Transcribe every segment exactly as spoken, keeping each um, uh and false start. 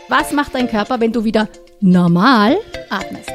Was macht dein Körper, wenn du wieder normal atmest?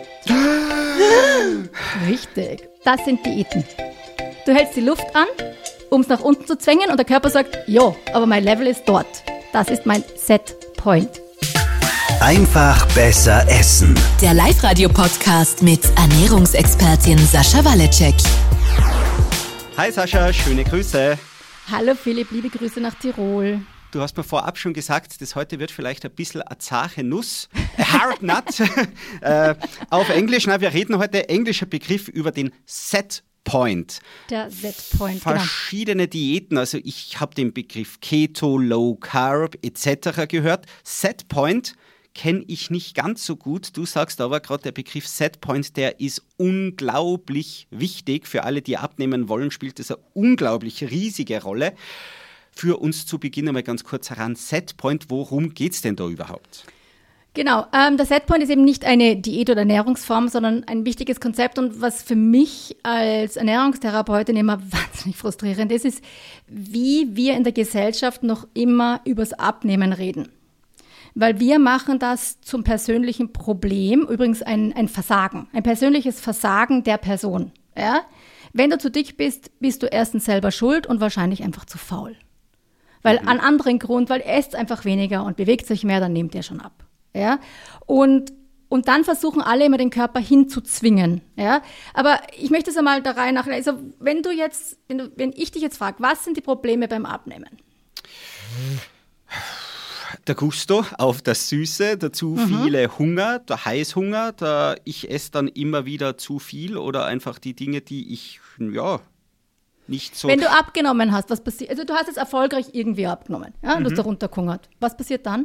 Richtig. Das sind Diäten. Du hältst die Luft an, um es nach unten zu zwängen und der Körper sagt, ja, aber mein Level ist dort. Das ist mein Set-Point. Einfach besser essen. Der Live-Radio-Podcast mit Ernährungsexpertin Sascha Waleczek. Hi Sascha, schöne Grüße. Hallo Philipp, liebe Grüße nach Tirol. Du hast mir vorab schon gesagt, das heute wird vielleicht ein bisschen eine zache Nuss, a hard nut. äh, auf Englisch, na, wir reden heute englischer Begriff über den Set-Point. Der Set-Point, genau. Verschiedene Diäten, also ich habe den Begriff Keto, Low Carb et cetera gehört. Set-Point kenne ich nicht ganz so gut. Du sagst aber gerade, der Begriff Setpoint, der ist unglaublich wichtig. Für alle, die abnehmen wollen, spielt das eine unglaublich riesige Rolle. Für uns zu Beginn einmal ganz kurz heran, Setpoint, worum geht es denn da überhaupt? Genau, ähm, der Setpoint ist eben nicht eine Diät- oder Ernährungsform, sondern ein wichtiges Konzept und was für mich als Ernährungstherapeutin immer wahnsinnig frustrierend ist, ist, wie wir in der Gesellschaft noch immer übers Abnehmen reden. Weil wir machen das zum persönlichen Problem, übrigens ein, ein Versagen, ein persönliches Versagen der Person. Ja? Wenn du zu dick bist, bist du erstens selber schuld und wahrscheinlich einfach zu faul. Weil mhm. an anderen Grund, weil esst einfach weniger und bewegt sich mehr, dann nehmt ihr schon ab. Ja? Und, und dann versuchen alle immer den Körper hinzuzwingen. Ja? Aber ich möchte es einmal der Reihe nach, also wenn du jetzt, wenn, du, wenn ich dich jetzt frage, was sind die Probleme beim Abnehmen? Der Gusto auf das Süße, der zu Mhm. viele Hunger, der Heißhunger, der ich esse dann immer wieder zu viel oder einfach die Dinge, die ich, ja, nicht so... Wenn du abgenommen hast, was passiert? Also du hast jetzt erfolgreich irgendwie abgenommen, ja, und Mhm. du hast da runtergehungert. Was passiert dann?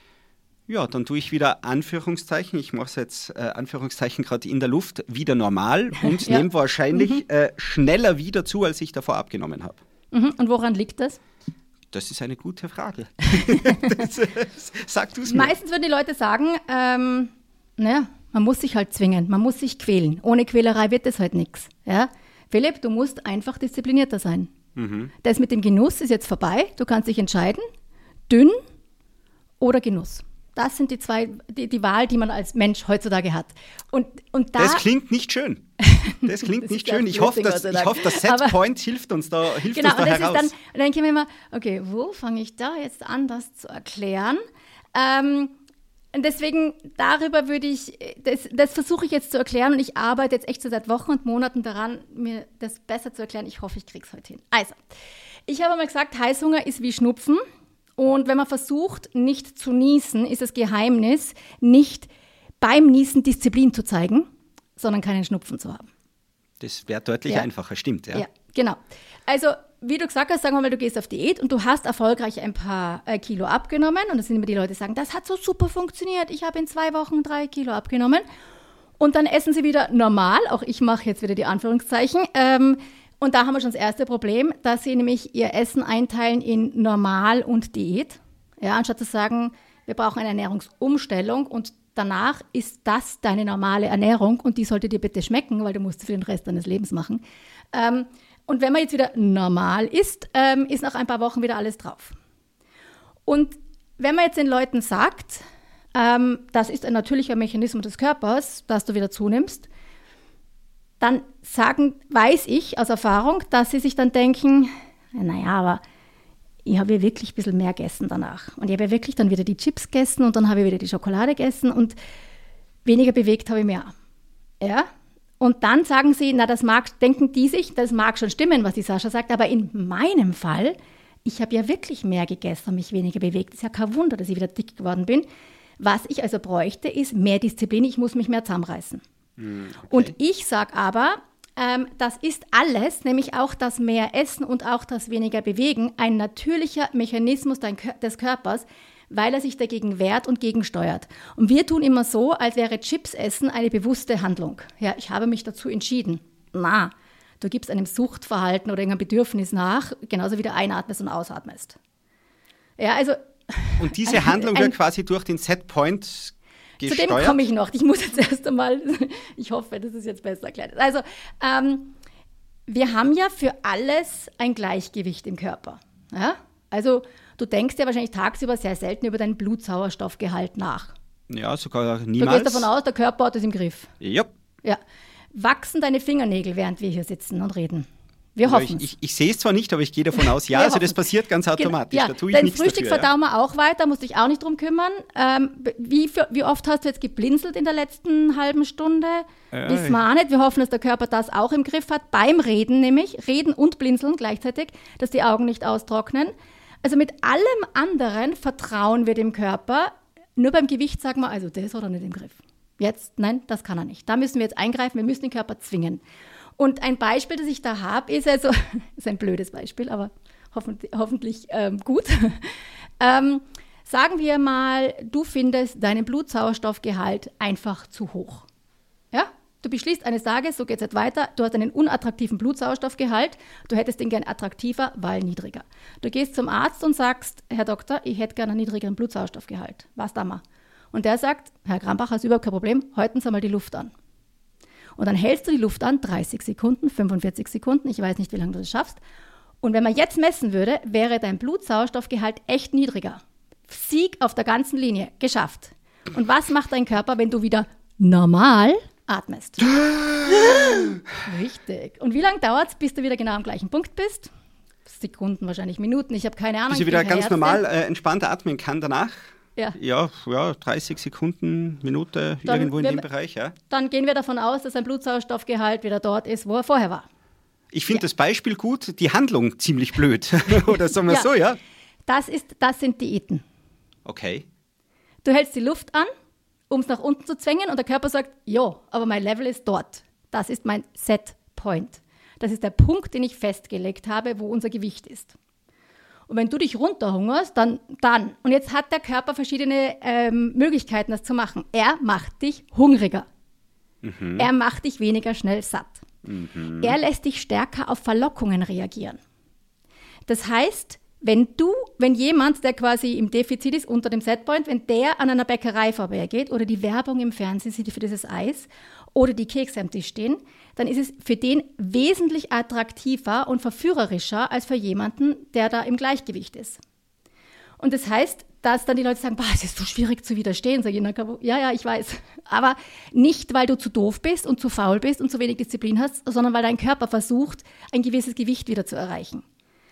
Ja, dann tue ich wieder Anführungszeichen, ich mache es jetzt äh, Anführungszeichen gerade in der Luft, wieder normal und Ja. nehme wahrscheinlich mhm. äh, schneller wieder zu, als ich davor abgenommen habe. Mhm. Und woran liegt das? Das ist eine gute Frage. das, äh, sag du es mir. Meistens würden die Leute sagen, ähm, naja, man muss sich halt zwingen, man muss sich quälen. Ohne Quälerei wird das halt nichts. Ja? Philipp, du musst einfach disziplinierter sein. Mhm. Das mit dem Genuss ist jetzt vorbei. Du kannst dich entscheiden, dünn oder Genuss. Das sind die zwei, die, die Wahl, die man als Mensch heutzutage hat. Und, und da, das klingt nicht schön. Das klingt das nicht ist schön. Ich hoffe, dass, ich hoffe, das Setpoint hilft uns da, hilft genau, uns da und das heraus. Ist dann, und dann können wir immer, okay, wo fange ich da jetzt an, das zu erklären? Ähm, und deswegen, darüber würde ich, das, das versuche ich jetzt zu erklären und ich arbeite jetzt echt so seit Wochen und Monaten daran, mir das besser zu erklären. Ich hoffe, ich kriege es heute hin. Also, ich habe mal gesagt, Heißhunger ist wie Schnupfen. Und wenn man versucht, nicht zu niesen, ist das Geheimnis, nicht beim Niesen Disziplin zu zeigen, sondern keinen Schnupfen zu haben. Das wäre deutlich ja. einfacher, stimmt. Ja. ja, genau. Also, wie du gesagt hast, sagen wir mal, du gehst auf Diät und du hast erfolgreich ein paar äh, Kilo abgenommen. Und das sind immer die Leute, die sagen, das hat so super funktioniert. Ich habe in zwei Wochen drei Kilo abgenommen. Und dann essen sie wieder normal. Auch ich mache jetzt wieder die Anführungszeichen. Ähm, Und da haben wir schon das erste Problem, dass sie nämlich ihr Essen einteilen in Normal und Diät. Ja, anstatt zu sagen, wir brauchen eine Ernährungsumstellung und danach ist das deine normale Ernährung und die sollte dir bitte schmecken, weil du musst sie für den Rest deines Lebens machen. Ähm, und wenn man jetzt wieder normal isst, ähm, ist nach ein paar Wochen wieder alles drauf. Und wenn man jetzt den Leuten sagt, ähm, das ist ein natürlicher Mechanismus des Körpers, dass du wieder zunimmst, dann sagen, weiß ich aus Erfahrung, dass sie sich dann denken, naja, aber ich habe ja wirklich ein bisschen mehr gegessen danach. Und ich habe ja wirklich dann wieder die Chips gegessen und dann habe ich wieder die Schokolade gegessen und weniger bewegt habe ich mehr. Ja? Und dann sagen sie, na, das mag, denken die sich, das mag schon stimmen, was die Sascha sagt, aber in meinem Fall, ich habe ja wirklich mehr gegessen und mich weniger bewegt. Ist ja kein Wunder, dass ich wieder dick geworden bin. Was ich also bräuchte, ist mehr Disziplin, ich muss mich mehr zusammenreißen. Okay. Und ich sage aber, ähm, das ist alles, nämlich auch das mehr Essen und auch das weniger Bewegen, ein natürlicher Mechanismus des Körpers, weil er sich dagegen wehrt und gegensteuert. Und wir tun immer so, als wäre Chips essen eine bewusste Handlung. Ja, ich habe mich dazu entschieden. Na, du gibst einem Suchtverhalten oder irgendeinem Bedürfnis nach, genauso wie du einatmest und ausatmest. Ja, also... Und diese Handlung ein, wird quasi durch den Setpoint Zu dem komme ich noch. Ich muss jetzt erst einmal, ich hoffe, das ist jetzt besser erklärt. Also, ähm, wir haben ja für alles ein Gleichgewicht im Körper. Ja? Also, du denkst ja wahrscheinlich tagsüber sehr selten über deinen Blutsauerstoffgehalt nach. Ja, sogar Du niemals. gehst davon aus, der Körper hat es im Griff. Ja. Ja. Wachsen deine Fingernägel, während wir hier sitzen und reden? Wir Also hoffen ich, ich, ich sehe es zwar nicht, aber ich gehe davon aus, ja, Wir also das hoffen's. passiert ganz automatisch. Ja, Da tue ich dein nichts Frühstück dafür. verdauen wir auch weiter, musst dich auch nicht drum kümmern. Ähm, wie, für, wie oft hast du jetzt geblinzelt in der letzten halben Stunde? Äh, Wissen wir auch nicht. Wir hoffen, dass der Körper das auch im Griff hat. Beim Reden nämlich. Reden und blinzeln gleichzeitig, dass die Augen nicht austrocknen. Also mit allem anderen vertrauen wir dem Körper. Nur beim Gewicht sagen wir, also das hat er nicht im Griff. Jetzt, nein, das kann er nicht. Da müssen wir jetzt eingreifen, wir müssen den Körper zwingen. Und ein Beispiel, das ich da habe, ist also, ist ein blödes Beispiel, aber hoffentlich, hoffentlich ähm, gut. ähm, sagen wir mal, du findest deinen Blutsauerstoffgehalt einfach zu hoch. Ja? Du beschließt eines Tages, so geht es jetzt weiter, du hast einen unattraktiven Blutsauerstoffgehalt, du hättest den gern attraktiver, weil niedriger. Du gehst zum Arzt und sagst, Herr Doktor, ich hätte gerne einen niedrigeren Blutsauerstoffgehalt. Was da mal? Und der sagt, Herr Krambacher, ist überhaupt kein Problem, halten Sie mal die Luft an. Und dann hältst du die Luft an, dreißig Sekunden, fünfundvierzig Sekunden, ich weiß nicht, wie lange du das schaffst. Und wenn man jetzt messen würde, wäre dein Blutsauerstoffgehalt echt niedriger. Sieg auf der ganzen Linie, geschafft. Und was macht dein Körper, wenn du wieder normal atmest? Richtig. Und wie lange dauert es, bis du wieder genau am gleichen Punkt bist? Sekunden, wahrscheinlich Minuten, ich habe keine Ahnung. Bis ich bin wieder keine ganz Ärztin. normal äh, entspannt atmen kann danach. Ja. Ja, ja, dreißig Sekunden, Minute, Dann irgendwo in wir- dem Bereich, ja. Dann gehen wir davon aus, dass dein Blutsauerstoffgehalt wieder dort ist, wo er vorher war. Ich finde das Beispiel gut, die Handlung ziemlich blöd. Oder sagen wir Ja. so, ja? Das, ist, das sind Diäten. Okay. Du hältst die Luft an, um es nach unten zu zwängen und der Körper sagt, ja, aber mein Level ist dort. Das ist mein Set Point. Das ist der Punkt, den ich festgelegt habe, wo unser Gewicht ist. Und wenn du dich runterhungerst, dann, dann. Und jetzt hat der Körper verschiedene ähm, Möglichkeiten, das zu machen. Er macht dich hungriger. Mhm. Er macht dich weniger schnell satt. Mhm. Er lässt dich stärker auf Verlockungen reagieren. Das heißt, wenn du, wenn jemand, der quasi im Defizit ist, unter dem Setpoint, wenn der an einer Bäckerei vorbeigeht oder die Werbung im Fernsehen sieht für dieses Eis oder die Kekse am Tisch stehen, dann ist es für den wesentlich attraktiver und verführerischer als für jemanden, der da im Gleichgewicht ist. Und das heißt, dass dann die Leute sagen, boah, es ist so schwierig zu widerstehen. Sag ich, na, ja, ja, ich weiß. Aber nicht, weil du zu doof bist und zu faul bist und zu wenig Disziplin hast, sondern weil dein Körper versucht, ein gewisses Gewicht wieder zu erreichen.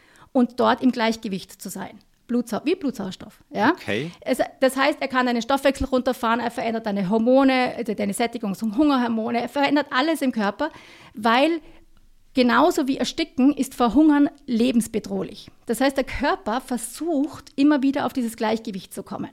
Und dort im Gleichgewicht zu sein. Blutsau- wie Blutsauerstoff. Ja? Okay. Es, das heißt, er kann deinen Stoffwechsel runterfahren, er verändert deine Hormone, also deine Sättigungs- und Hungerhormone, er verändert alles im Körper, weil genauso wie Ersticken ist Verhungern lebensbedrohlich. Das heißt, der Körper versucht immer wieder auf dieses Gleichgewicht zu kommen.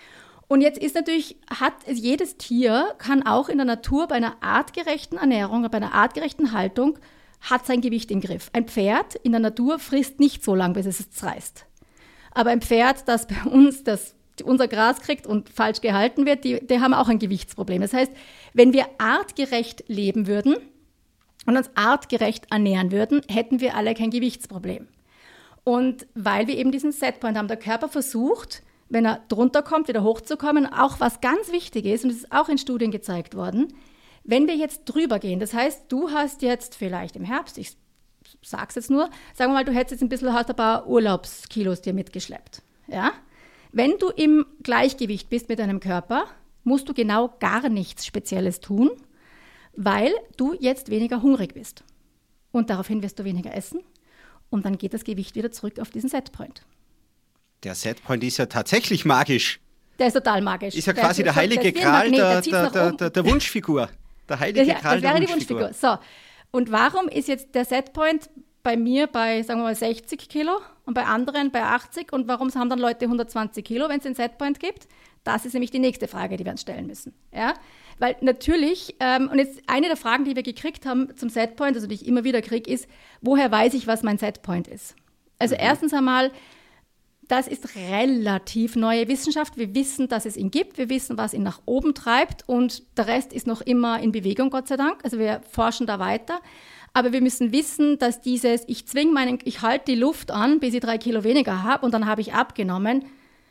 Und jetzt ist natürlich, hat jedes Tier, kann auch in der Natur bei einer artgerechten Ernährung, bei einer artgerechten Haltung, hat sein Gewicht im Griff. Ein Pferd in der Natur frisst nicht so lange, bis es es reißt. Aber ein Pferd, das bei uns das, unser Gras kriegt und falsch gehalten wird, die, die haben auch ein Gewichtsproblem. Das heißt, wenn wir artgerecht leben würden und uns artgerecht ernähren würden, hätten wir alle kein Gewichtsproblem. Und weil wir eben diesen Setpoint haben, der Körper versucht, wenn er drunter kommt, wieder hochzukommen, auch was ganz wichtig ist, und das ist auch in Studien gezeigt worden, wenn wir jetzt drüber gehen, das heißt, du hast jetzt vielleicht im Herbst, ich sag's jetzt nur, sagen wir mal, du hättest jetzt ein bisschen, hast ein paar Urlaubskilos dir mitgeschleppt. Ja? Wenn du im Gleichgewicht bist mit deinem Körper, musst du genau gar nichts Spezielles tun, weil du jetzt weniger hungrig bist. Und daraufhin wirst du weniger essen und dann geht das Gewicht wieder zurück auf diesen Setpoint. Der Setpoint ist ja tatsächlich magisch. Der ist total magisch. Ist ja Der quasi der so- heilige der ist wie ein Gral Magnet, der, der zieht's der, nach der, oben. der, der Wunschfigur. Der heilige Das, Gral das der wäre die Wunschfigur. Wunschfigur. So, und warum ist jetzt der Setpoint bei mir bei, sagen wir mal, sechzig Kilo und bei anderen bei achtzig? Und warum haben dann Leute hundertzwanzig Kilo, wenn es den Setpoint gibt? Das ist nämlich die nächste Frage, die wir uns stellen müssen. Ja? Weil natürlich, ähm, und jetzt eine der Fragen, die wir gekriegt haben zum Setpoint, also die ich immer wieder kriege, ist, woher weiß ich, was mein Setpoint ist? Also mhm. erstens einmal, das ist relativ neue Wissenschaft. Wir wissen, dass es ihn gibt. Wir wissen, was ihn nach oben treibt. Und der Rest ist noch immer in Bewegung, Gott sei Dank. Also wir forschen da weiter. Aber wir müssen wissen, dass dieses, ich zwinge meinen, ich halte die Luft an, bis ich drei Kilo weniger habe und dann habe ich abgenommen,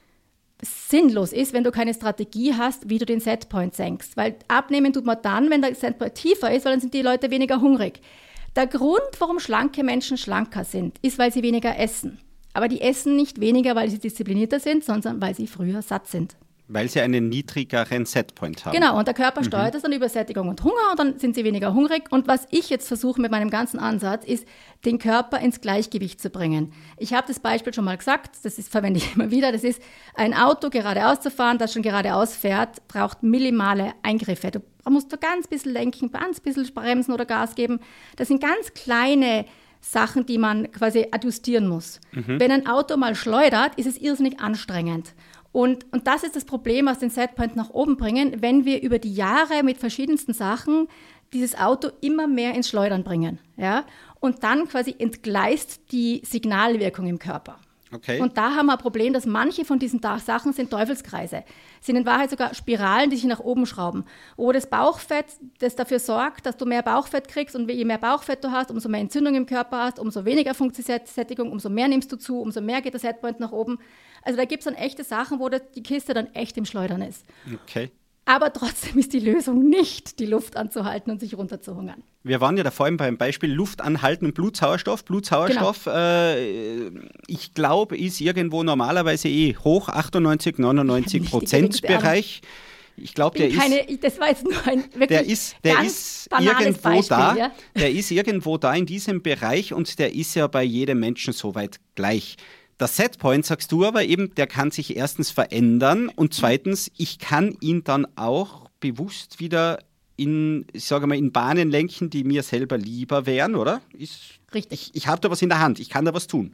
sinnlos ist, wenn du keine Strategie hast, wie du den Setpoint senkst. Weil abnehmen tut man dann, wenn der Setpoint tiefer ist, weil dann sind die Leute weniger hungrig. Der Grund, warum schlanke Menschen schlanker sind, ist, weil sie weniger essen. Aber die essen nicht weniger, weil sie disziplinierter sind, sondern weil sie früher satt sind. Weil sie einen niedrigeren Setpoint haben. Genau, und der Körper steuert das dann über Sättigung und Hunger und dann sind sie weniger hungrig. Und was ich jetzt versuche mit meinem ganzen Ansatz, ist, den Körper ins Gleichgewicht zu bringen. Ich habe das Beispiel schon mal gesagt, das ist, verwende ich immer wieder, das ist ein Auto geradeaus zu fahren, das schon geradeaus fährt, braucht minimale Eingriffe. Du musst da ganz bisschen lenken, ganz bisschen bremsen oder Gas geben. Das sind ganz kleine Sachen, die man quasi adjustieren muss. Mhm. Wenn ein Auto mal schleudert, ist es irrsinnig anstrengend. Und, und das ist das Problem, was den Setpoint nach oben bringen, wenn wir über die Jahre mit verschiedensten Sachen dieses Auto immer mehr ins Schleudern bringen. Ja? Und dann quasi entgleist die Signalwirkung im Körper. Okay. Und da haben wir ein Problem, dass manche von diesen Sachen sind Teufelskreise. Sind in Wahrheit sogar Spiralen, die sich nach oben schrauben. Wo das Bauchfett, das dafür sorgt, dass du mehr Bauchfett kriegst und je mehr Bauchfett du hast, umso mehr Entzündung im Körper hast, umso weniger Funktionssättigung, umso mehr nimmst du zu, umso mehr geht der Setpoint nach oben. Also da gibt es dann echte Sachen, wo das, die Kiste dann echt im Schleudern ist. Okay. Aber trotzdem ist die Lösung nicht, die Luft anzuhalten und sich runterzuhungern. Wir waren ja da vorhin beim Beispiel Luft anhalten und Blutsauerstoff. Blutsauerstoff, genau. äh, ich glaube, ist irgendwo normalerweise eh hoch, achtundneunzig, neunundneunzig Prozent Bereich. Ich glaube, der keine, ist, das war jetzt nur ein wirklich der ist, der ganz ist banales irgendwo Beispiel, da. Ja? Der ist irgendwo da in diesem Bereich und der ist ja bei jedem Menschen soweit gleich. Der Setpoint, sagst du aber eben, der kann sich erstens verändern und zweitens, ich kann ihn dann auch bewusst wieder in, ich sage mal, in Bahnen lenken, die mir selber lieber wären, oder? Ist, Richtig. Ich, ich habe da was in der Hand, ich kann da was tun.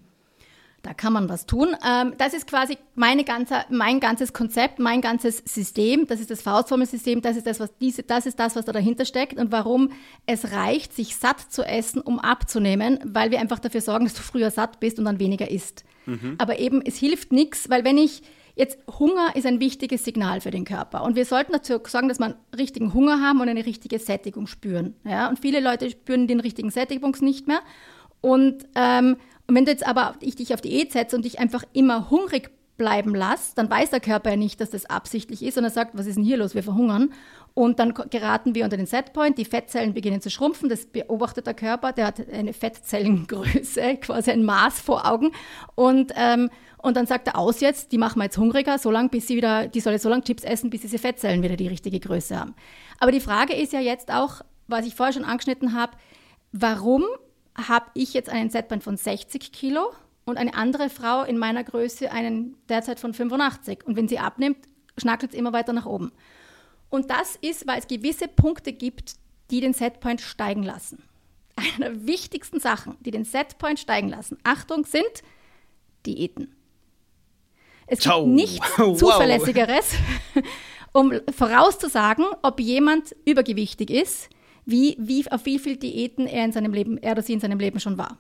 Da kann man was tun. Ähm, das ist quasi meine ganze, mein ganzes Konzept, mein ganzes System. Das ist das Faustformelsystem. Das ist das, was diese, das ist das, was da dahinter steckt und warum es reicht, sich satt zu essen, um abzunehmen, weil wir einfach dafür sorgen, dass du früher satt bist und dann weniger isst. Mhm. Aber eben, es hilft nichts, weil wenn ich jetzt Hunger ist ein wichtiges Signal für den Körper und wir sollten dazu sorgen, dass wir richtigen Hunger haben und eine richtige Sättigung spüren. Ja? Und viele Leute spüren den richtigen Sättigungs nicht mehr und ähm, Und wenn du jetzt aber ich dich auf Diät setze und dich einfach immer hungrig bleiben lässt, dann weiß der Körper ja nicht, dass das absichtlich ist und er sagt, was ist denn hier los, wir verhungern. Und dann geraten wir unter den Setpoint, die Fettzellen beginnen zu schrumpfen, das beobachtet der Körper, der hat eine Fettzellengröße, quasi ein Maß vor Augen. Und, ähm, und dann sagt er aus jetzt, die machen wir jetzt hungriger, so lange, bis sie wieder, die soll jetzt so lange Chips essen, bis diese Fettzellen wieder die richtige Größe haben. Aber die Frage ist ja jetzt auch, was ich vorher schon angeschnitten habe, warum habe ich jetzt einen Setpoint von sechzig Kilo und eine andere Frau in meiner Größe einen derzeit von fünfundachtzig. Und wenn sie abnimmt, schnackelt es immer weiter nach oben. Und das ist, weil es gewisse Punkte gibt, die den Setpoint steigen lassen. Eine der wichtigsten Sachen, die den Setpoint steigen lassen, Achtung, sind Diäten. Es gibt Ciao. nichts Wow. Zuverlässigeres, um vorauszusagen, ob jemand übergewichtig ist, Wie, wie, auf wie viel Diäten er, in seinem Leben, er oder sie in seinem Leben schon war.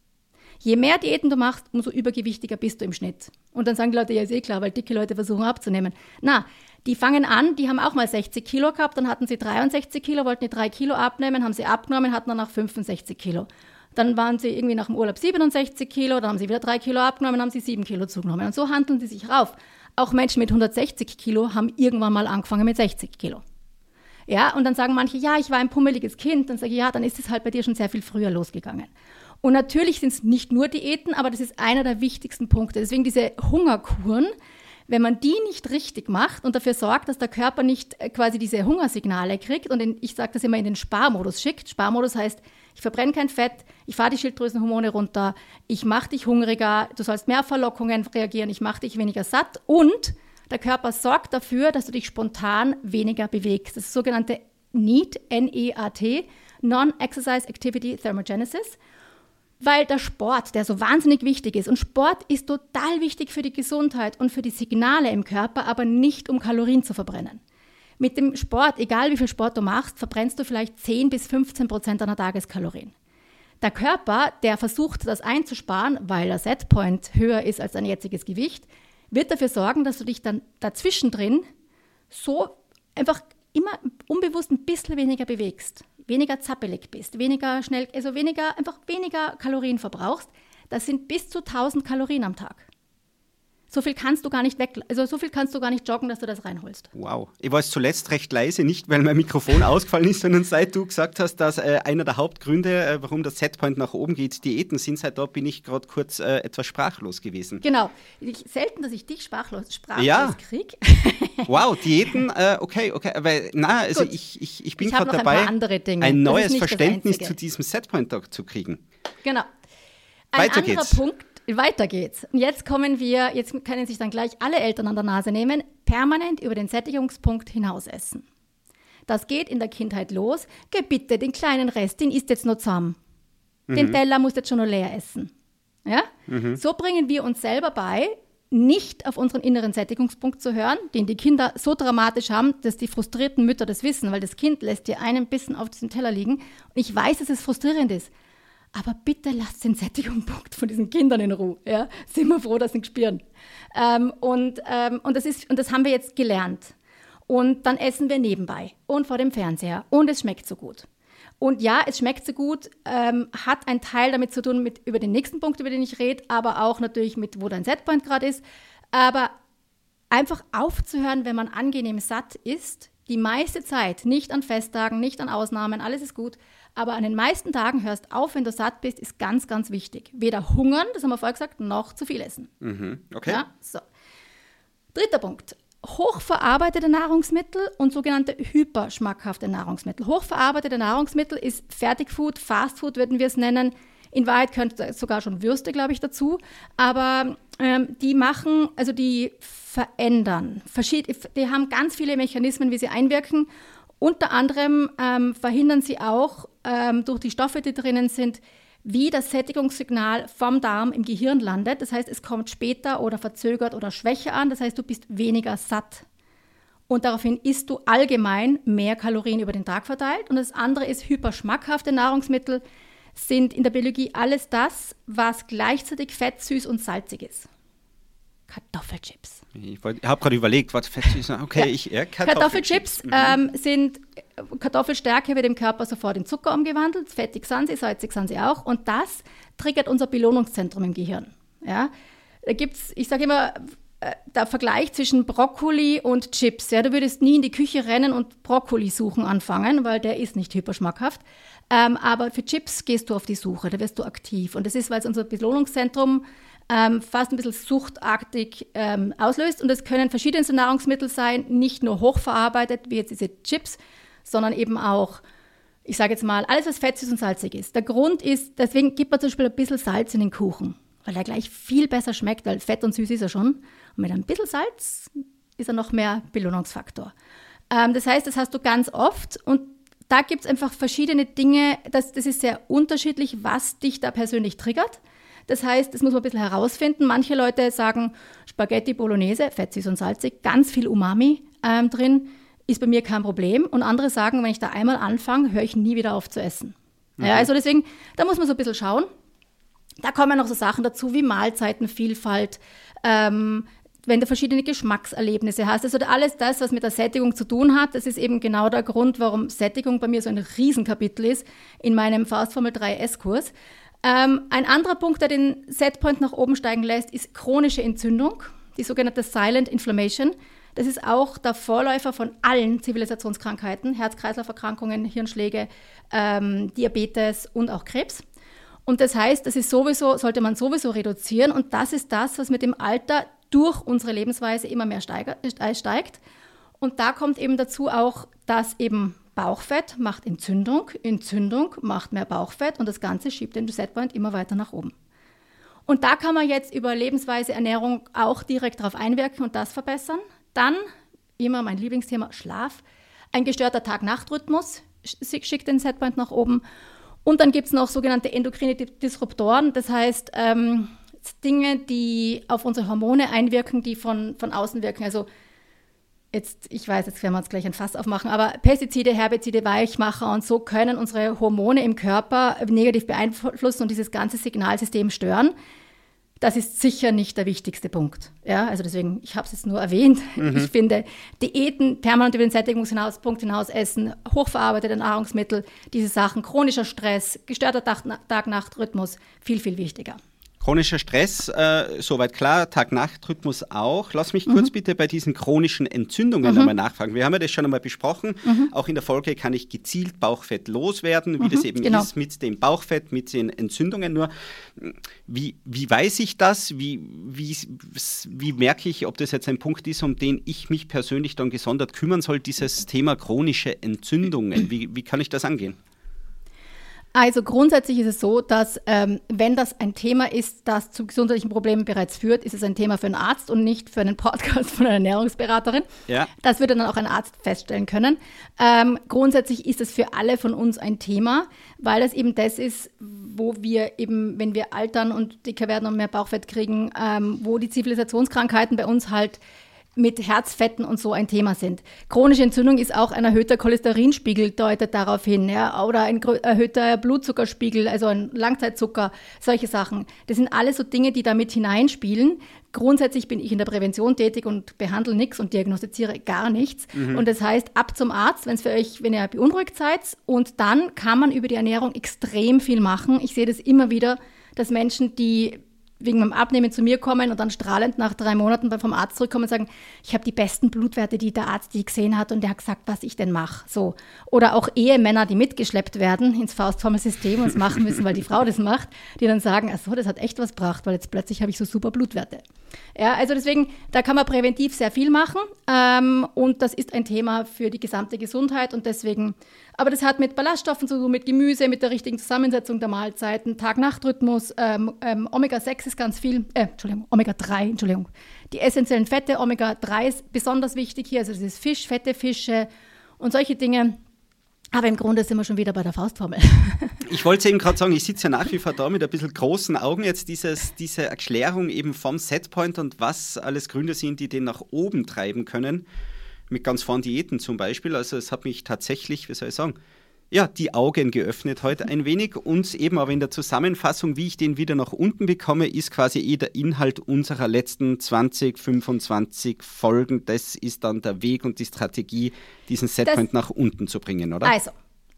Je mehr Diäten du machst, umso übergewichtiger bist du im Schnitt. Und dann sagen die Leute, ja ist eh klar, weil dicke Leute versuchen abzunehmen. Na, die fangen an, die haben auch mal sechzig Kilo gehabt, dann hatten sie dreiundsechzig Kilo, wollten die drei Kilo abnehmen, haben sie abgenommen, hatten dann auch fünfundsechzig Kilo. Dann waren sie irgendwie nach dem Urlaub siebenundsechzig Kilo, dann haben sie wieder drei Kilo abgenommen, haben sie sieben Kilo zugenommen. Und so handeln die sich rauf. Auch Menschen mit hundertsechzig Kilo haben irgendwann mal angefangen mit sechzig Kilo. Ja, und dann sagen manche, ja, ich war ein pummeliges Kind. Dann sage ich, ja, dann ist es halt bei dir schon sehr viel früher losgegangen. Und natürlich sind es nicht nur Diäten, aber das ist einer der wichtigsten Punkte. Deswegen diese Hungerkuren, wenn man die nicht richtig macht und dafür sorgt, dass der Körper nicht quasi diese Hungersignale kriegt und in, ich sage das immer, in den Sparmodus schickt. Sparmodus heißt, ich verbrenne kein Fett, ich fahre die Schilddrüsenhormone runter, ich mache dich hungriger, du sollst mehr auf Verlockungen reagieren, ich mache dich weniger satt und der Körper sorgt dafür, dass du dich spontan weniger bewegst. Das ist das sogenannte N E A T, N E A T, Non-Exercise Activity Thermogenesis, weil der Sport, der so wahnsinnig wichtig ist, und Sport ist total wichtig für die Gesundheit und für die Signale im Körper, aber nicht, um Kalorien zu verbrennen. Mit dem Sport, egal wie viel Sport du machst, verbrennst du vielleicht zehn bis fünfzehn Prozent deiner Tageskalorien. Der Körper, der versucht, das einzusparen, weil der Setpoint höher ist als dein jetziges Gewicht, wird dafür sorgen, dass du dich dann dazwischen drin so einfach immer unbewusst ein bisschen weniger bewegst, weniger zappelig bist, weniger schnell, also weniger, einfach weniger Kalorien verbrauchst. Das sind bis zu tausend Kalorien am Tag. So viel kannst du gar nicht weg, also so viel kannst du gar nicht joggen, dass du das reinholst. Wow. Ich war zuletzt recht leise, nicht weil mein Mikrofon ausgefallen ist, sondern seit du gesagt hast, dass äh, einer der Hauptgründe, äh, warum das Setpoint nach oben geht, Diäten sind, seit da bin ich gerade kurz äh, etwas sprachlos gewesen. Genau. Ich, selten, dass ich dich sprachlos, sprachlos ja. kriege. Wow, Diäten, äh, okay, okay. Aber na, also ich, ich, ich bin gerade dabei, ein, ein, ein neues Verständnis zu diesem Setpoint zu kriegen. Genau. Ein Weiter anderer geht's. Punkt, weiter geht's. Und jetzt kommen wir, jetzt können sich dann gleich alle Eltern an der Nase nehmen, permanent über den Sättigungspunkt hinaus essen. Das geht in der Kindheit los. Geh bitte, den kleinen Rest, den isst jetzt noch zusammen. Mhm. Den Teller musst jetzt schon noch leer essen. Ja? Mhm. So bringen wir uns selber bei, nicht auf unseren inneren Sättigungspunkt zu hören, den die Kinder so dramatisch haben, dass die frustrierten Mütter das wissen, weil das Kind lässt dir einen Bissen auf diesem Teller liegen. Und ich weiß, dass es frustrierend ist. Aber bitte lasst den Sättigungspunkt von diesen Kindern in Ruhe. Ja? Sind wir froh, dass sie ihn spüren. Ähm, und, ähm, und, das ist, und das haben wir jetzt gelernt. Und dann essen wir nebenbei und vor dem Fernseher. Und es schmeckt so gut. Und ja, es schmeckt so gut, ähm, hat einen Teil damit zu tun, mit über den nächsten Punkt, über den ich rede, aber auch natürlich mit, wo dein Setpoint gerade ist. Aber einfach aufzuhören, wenn man angenehm satt ist, die meiste Zeit, nicht an Festtagen, nicht an Ausnahmen, alles ist gut, aber an den meisten Tagen hörst auf, wenn du satt bist, ist ganz, ganz wichtig. Weder hungern, das haben wir vorher gesagt, noch zu viel essen. Mhm, okay. Ja, so. Dritter Punkt. Hochverarbeitete Nahrungsmittel und sogenannte hyperschmackhafte Nahrungsmittel. Hochverarbeitete Nahrungsmittel ist Fertigfood, Fastfood würden wir es nennen. In Wahrheit könnte sogar schon Würste, glaube ich, dazu. Aber ähm, die machen, also die verändern. Verschied- die haben ganz viele Mechanismen, wie sie einwirken. Unter anderem ähm, verhindern sie auch ähm, durch die Stoffe, die drinnen sind, wie das Sättigungssignal vom Darm im Gehirn landet. Das heißt, es kommt später oder verzögert oder schwächer an. Das heißt, du bist weniger satt. Und daraufhin isst du allgemein mehr Kalorien über den Tag verteilt. Und das andere ist hyperschmackhafte Nahrungsmittel, sind in der Biologie alles das, was gleichzeitig fett, süß und salzig ist. Kartoffelchips. Ich, ich habe gerade überlegt, was fett ist. Okay, ja. ich ja, Kartoffelchips, Kartoffelchips ähm, sind Kartoffelstärke wird im Körper sofort in Zucker umgewandelt. Fettig sind sie, salzig sind sie auch. Und das triggert unser Belohnungszentrum im Gehirn. Ja? Da gibt's, ich sage immer, äh, der Vergleich zwischen Brokkoli und Chips. Ja? Du würdest nie in die Küche rennen und Brokkoli suchen anfangen, weil der ist nicht hyperschmackhaft. Ähm, aber für Chips gehst du auf die Suche, da wirst du aktiv. Und das ist, weil es unser Belohnungszentrum ähm, fast ein bisschen suchtartig ähm, auslöst. Und es können verschiedenste Nahrungsmittel sein, nicht nur hochverarbeitet, wie jetzt diese Chips, sondern eben auch, ich sage jetzt mal, alles, was fett, süß und salzig ist. Der Grund ist, deswegen gibt man zum Beispiel ein bisschen Salz in den Kuchen, weil er gleich viel besser schmeckt, weil fett und süß ist er schon. Und mit ein bisschen Salz ist er noch mehr Belohnungsfaktor. Ähm, das heißt, das hast du ganz oft und da gibt es einfach verschiedene Dinge, das, das ist sehr unterschiedlich, was dich da persönlich triggert. Das heißt, das muss man ein bisschen herausfinden. Manche Leute sagen, Spaghetti Bolognese, fett, süß und salzig, ganz viel Umami ähm, drin, ist bei mir kein Problem. Und andere sagen, wenn ich da einmal anfange, höre ich nie wieder auf zu essen. Mhm. Ja, also deswegen, da muss man so ein bisschen schauen. Da kommen noch so Sachen dazu wie Mahlzeitenvielfalt, ähm, wenn du verschiedene Geschmackserlebnisse hast. Also alles das, was mit der Sättigung zu tun hat, das ist eben genau der Grund, warum Sättigung bei mir so ein Riesenkapitel ist in meinem Faustformel drei S-Kurs. Ähm, ein anderer Punkt, der den Setpoint nach oben steigen lässt, ist chronische Entzündung, die sogenannte Silent Inflammation. Das ist auch der Vorläufer von allen Zivilisationskrankheiten, Herz-Kreislauf-Erkrankungen, Hirnschläge, ähm, Diabetes und auch Krebs. Und das heißt, das ist sowieso, sollte man sowieso reduzieren. Und das ist das, was mit dem Alter durch unsere Lebensweise immer mehr steigt. Und da kommt eben dazu auch, dass eben Bauchfett macht Entzündung, Entzündung macht mehr Bauchfett und das Ganze schiebt den Setpoint immer weiter nach oben. Und da kann man jetzt über Lebensweise, Ernährung auch direkt darauf einwirken und das verbessern. Dann, immer mein Lieblingsthema, Schlaf. Ein gestörter Tag-Nacht-Rhythmus schickt den Setpoint nach oben. Und dann gibt es noch sogenannte endokrine Disruptoren, das heißt ähm, Dinge, die auf unsere Hormone einwirken, die von, von außen wirken. Also jetzt, ich weiß, jetzt werden wir uns gleich ein Fass aufmachen, aber Pestizide, Herbizide, Weichmacher und so können unsere Hormone im Körper negativ beeinflussen und dieses ganze Signalsystem stören. Das ist sicher nicht der wichtigste Punkt. Ja, also deswegen, ich habe es jetzt nur erwähnt. Mhm. Ich finde, Diäten, permanent über den Sättigungspunkt hinaus essen, hochverarbeitete Nahrungsmittel, diese Sachen, chronischer Stress, gestörter Tag-Nacht-Rhythmus, viel, viel wichtiger. Chronischer Stress, äh, soweit klar, Tag-Nacht-Rhythmus auch. Lass mich mhm. kurz bitte bei diesen chronischen Entzündungen mhm. nochmal nachfragen. Wir haben ja das schon einmal besprochen. Mhm. Auch in der Folge kann ich gezielt Bauchfett loswerden, wie mhm. das eben genau. ist mit dem Bauchfett, mit den Entzündungen. Nur, wie, wie weiß ich das? Wie, wie, wie merke ich, ob das jetzt ein Punkt ist, um den ich mich persönlich dann gesondert kümmern soll, dieses Thema chronische Entzündungen? Wie, wie kann ich das angehen? Also grundsätzlich ist es so, dass ähm, wenn das ein Thema ist, das zu gesundheitlichen Problemen bereits führt, ist es ein Thema für einen Arzt und nicht für einen Podcast von einer Ernährungsberaterin. Ja. Das würde dann auch ein Arzt feststellen können. Ähm, grundsätzlich ist es für alle von uns ein Thema, weil es eben das ist, wo wir eben, wenn wir altern und dicker werden und mehr Bauchfett kriegen, ähm, wo die Zivilisationskrankheiten bei uns halt mit Herzfetten und so ein Thema sind. Chronische Entzündung ist auch ein erhöhter Cholesterinspiegel, deutet darauf hin, ja, oder ein erhöhter Blutzuckerspiegel, also ein Langzeitzucker, solche Sachen. Das sind alles so Dinge, die da mit hineinspielen. Grundsätzlich bin ich in der Prävention tätig und behandle nichts und diagnostiziere gar nichts. Mhm. Und das heißt, ab zum Arzt, wenn es für euch, wenn ihr beunruhigt seid. Und dann kann man über die Ernährung extrem viel machen. Ich sehe das immer wieder, dass Menschen, die wegen dem Abnehmen zu mir kommen und dann strahlend nach drei Monaten vom Arzt zurückkommen und sagen, ich habe die besten Blutwerte, die der Arzt die gesehen hat und der hat gesagt, was ich denn mache. So. Oder auch Ehemänner, die mitgeschleppt werden ins Faustformelsystem und es machen müssen, weil die Frau das macht, die dann sagen, ach so, das hat echt was gebracht, weil jetzt plötzlich habe ich so super Blutwerte. Ja, also deswegen, da kann man präventiv sehr viel machen ähm, und das ist ein Thema für die gesamte Gesundheit und deswegen, aber das hat mit Ballaststoffen zu tun, mit Gemüse, mit der richtigen Zusammensetzung der Mahlzeiten, Tag-Nacht-Rhythmus, ähm, ähm, Omega sechs ist ganz viel, äh, Entschuldigung, Omega drei, Entschuldigung. Die essentiellen Fette, Omega drei ist besonders wichtig hier, also das ist Fisch, fette Fische und solche Dinge. Aber im Grunde sind wir schon wieder bei der Faustformel. Ich wollte eben gerade sagen, ich sitze ja nach wie vor da mit ein bisschen großen Augen jetzt dieses, diese Erklärung eben vom Setpoint und was alles Gründe sind, die den nach oben treiben können. Mit ganz vorn Diäten zum Beispiel. Also es hat mich tatsächlich, wie soll ich sagen, ja, die Augen geöffnet heute ein wenig und eben aber in der Zusammenfassung, wie ich den wieder nach unten bekomme, ist quasi eh der Inhalt unserer letzten zwanzig, fünfundzwanzig Folgen. Das ist dann der Weg und die Strategie, diesen Setpoint das, nach unten zu bringen, oder? Also,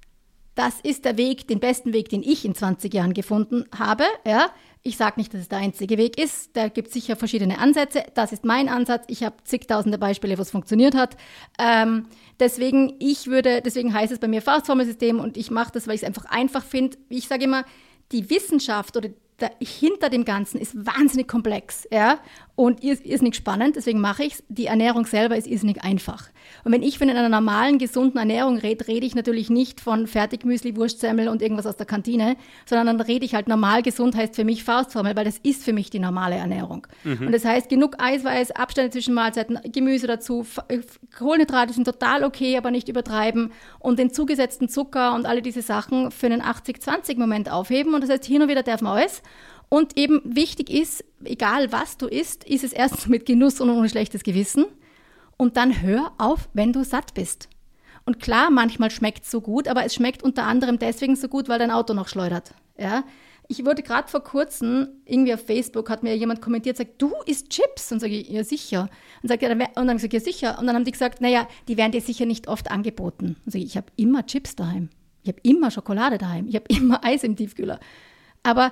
das ist der Weg, den besten Weg, den ich in zwanzig Jahren gefunden habe, ja. Ich sage nicht, dass es der einzige Weg ist. Da gibt es sicher verschiedene Ansätze. Das ist mein Ansatz. Ich habe zigtausende Beispiele, wo es funktioniert hat. Ähm, deswegen, ich würde, deswegen heißt es bei mir Faustformelsystem und ich mache das, weil ich es einfach einfach finde. Ich sage immer, die Wissenschaft oder da, hinter dem Ganzen ist wahnsinnig komplex, ja, und ist irrsinnig spannend, deswegen mache ich es. Die Ernährung selber ist irrsinnig einfach. Und wenn ich von einer normalen, gesunden Ernährung rede, rede ich natürlich nicht von Fertigmüsli, Wurstsemmel und irgendwas aus der Kantine, sondern dann rede ich halt normal gesund, heißt für mich Faustformel, weil das ist für mich die normale Ernährung. Mhm. Und das heißt, genug Eiweiß, Abstände zwischen Mahlzeiten, Gemüse dazu, Kohlenhydrate sind total okay, aber nicht übertreiben und den zugesetzten Zucker und alle diese Sachen für einen achtzig zwanzig Moment aufheben. Und das heißt, hin und wieder darf man alles. Und eben wichtig ist, egal was du isst, ist es erstens mit Genuss und ohne schlechtes Gewissen. Und dann hör auf, wenn du satt bist. Und klar, manchmal schmeckt es so gut, aber es schmeckt unter anderem deswegen so gut, weil dein Auto noch schleudert. Ja? Ich wurde gerade vor kurzem, irgendwie auf Facebook, hat mir jemand kommentiert, sagt, du isst Chips? Und sage ich, ja sicher. Und, sagt, ja, dann, und dann sage ich, ja sicher. Und dann haben die gesagt, naja, die werden dir sicher nicht oft angeboten. Und sage ich, ich habe immer Chips daheim. Ich habe immer Schokolade daheim. Ich habe immer Eis im Tiefkühler. Aber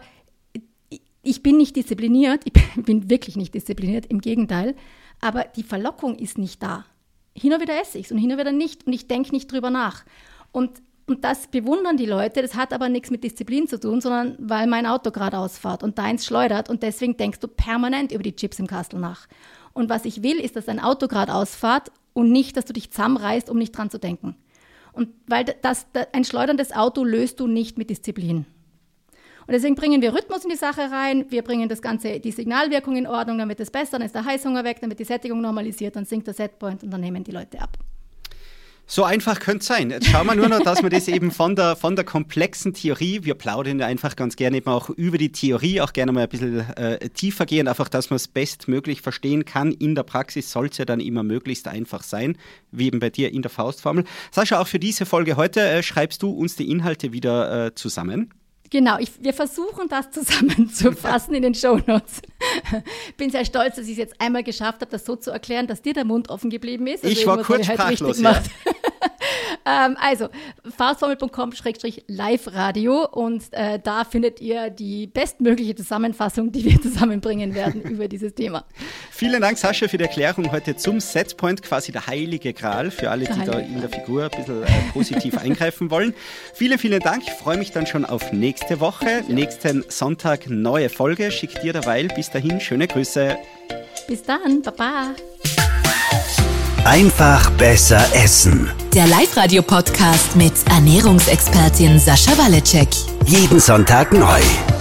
ich bin nicht diszipliniert, ich bin wirklich nicht diszipliniert, im Gegenteil, aber die Verlockung ist nicht da. Hin und wieder esse ich es und hin und wieder nicht und ich denke nicht drüber nach. Und, und das bewundern die Leute, das hat aber nichts mit Disziplin zu tun, sondern weil mein Auto gerade ausfährt und deins schleudert und deswegen denkst du permanent über die Chips im Kastel nach. Und was ich will, ist, dass dein Auto gerade ausfährt und nicht, dass du dich zusammenreißt, um nicht dran zu denken. Und weil das, das, ein schleuderndes Auto löst du nicht mit Disziplin. Und deswegen bringen wir Rhythmus in die Sache rein, wir bringen das Ganze, die Signalwirkung in Ordnung, damit es besser, dann ist der Heißhunger weg, dann wird die Sättigung normalisiert, dann sinkt der Setpoint und dann nehmen die Leute ab. So einfach könnte es sein. Jetzt schauen wir nur noch, dass wir das eben von der, von der komplexen Theorie, wir plaudern ja einfach ganz gerne eben auch über die Theorie, auch gerne mal ein bisschen äh, tiefer gehen, einfach, dass man es bestmöglich verstehen kann. In der Praxis soll es ja dann immer möglichst einfach sein, wie eben bei dir in der Faustformel. Sascha, auch für diese Folge heute äh, schreibst du uns die Inhalte wieder äh, zusammen. Genau, ich, wir versuchen das zusammenzufassen in den Shownotes. Ich bin sehr stolz, dass ich es jetzt einmal geschafft habe, das so zu erklären, dass dir der Mund offen geblieben ist. Also ich war kurz sprachlos, ja. ähm, also, faustformel punkt com schrägstrich live radio und äh, da findet ihr die bestmögliche Zusammenfassung, die wir zusammenbringen werden über dieses Thema. Vielen Dank, Sascha, für die Erklärung heute zum Setpoint, quasi der heilige Gral für alle, die da in der Figur ein bisschen äh, positiv eingreifen wollen. Vielen, vielen Dank. Ich freue mich dann schon auf nächste Woche. Nächsten Sonntag neue Folge. Schick dir derweil. Bis dahin, schöne Grüße. Bis dann. Baba. Einfach besser essen. Der Live-Radio-Podcast mit Ernährungsexpertin Sascha Waleczek. Jeden Sonntag neu.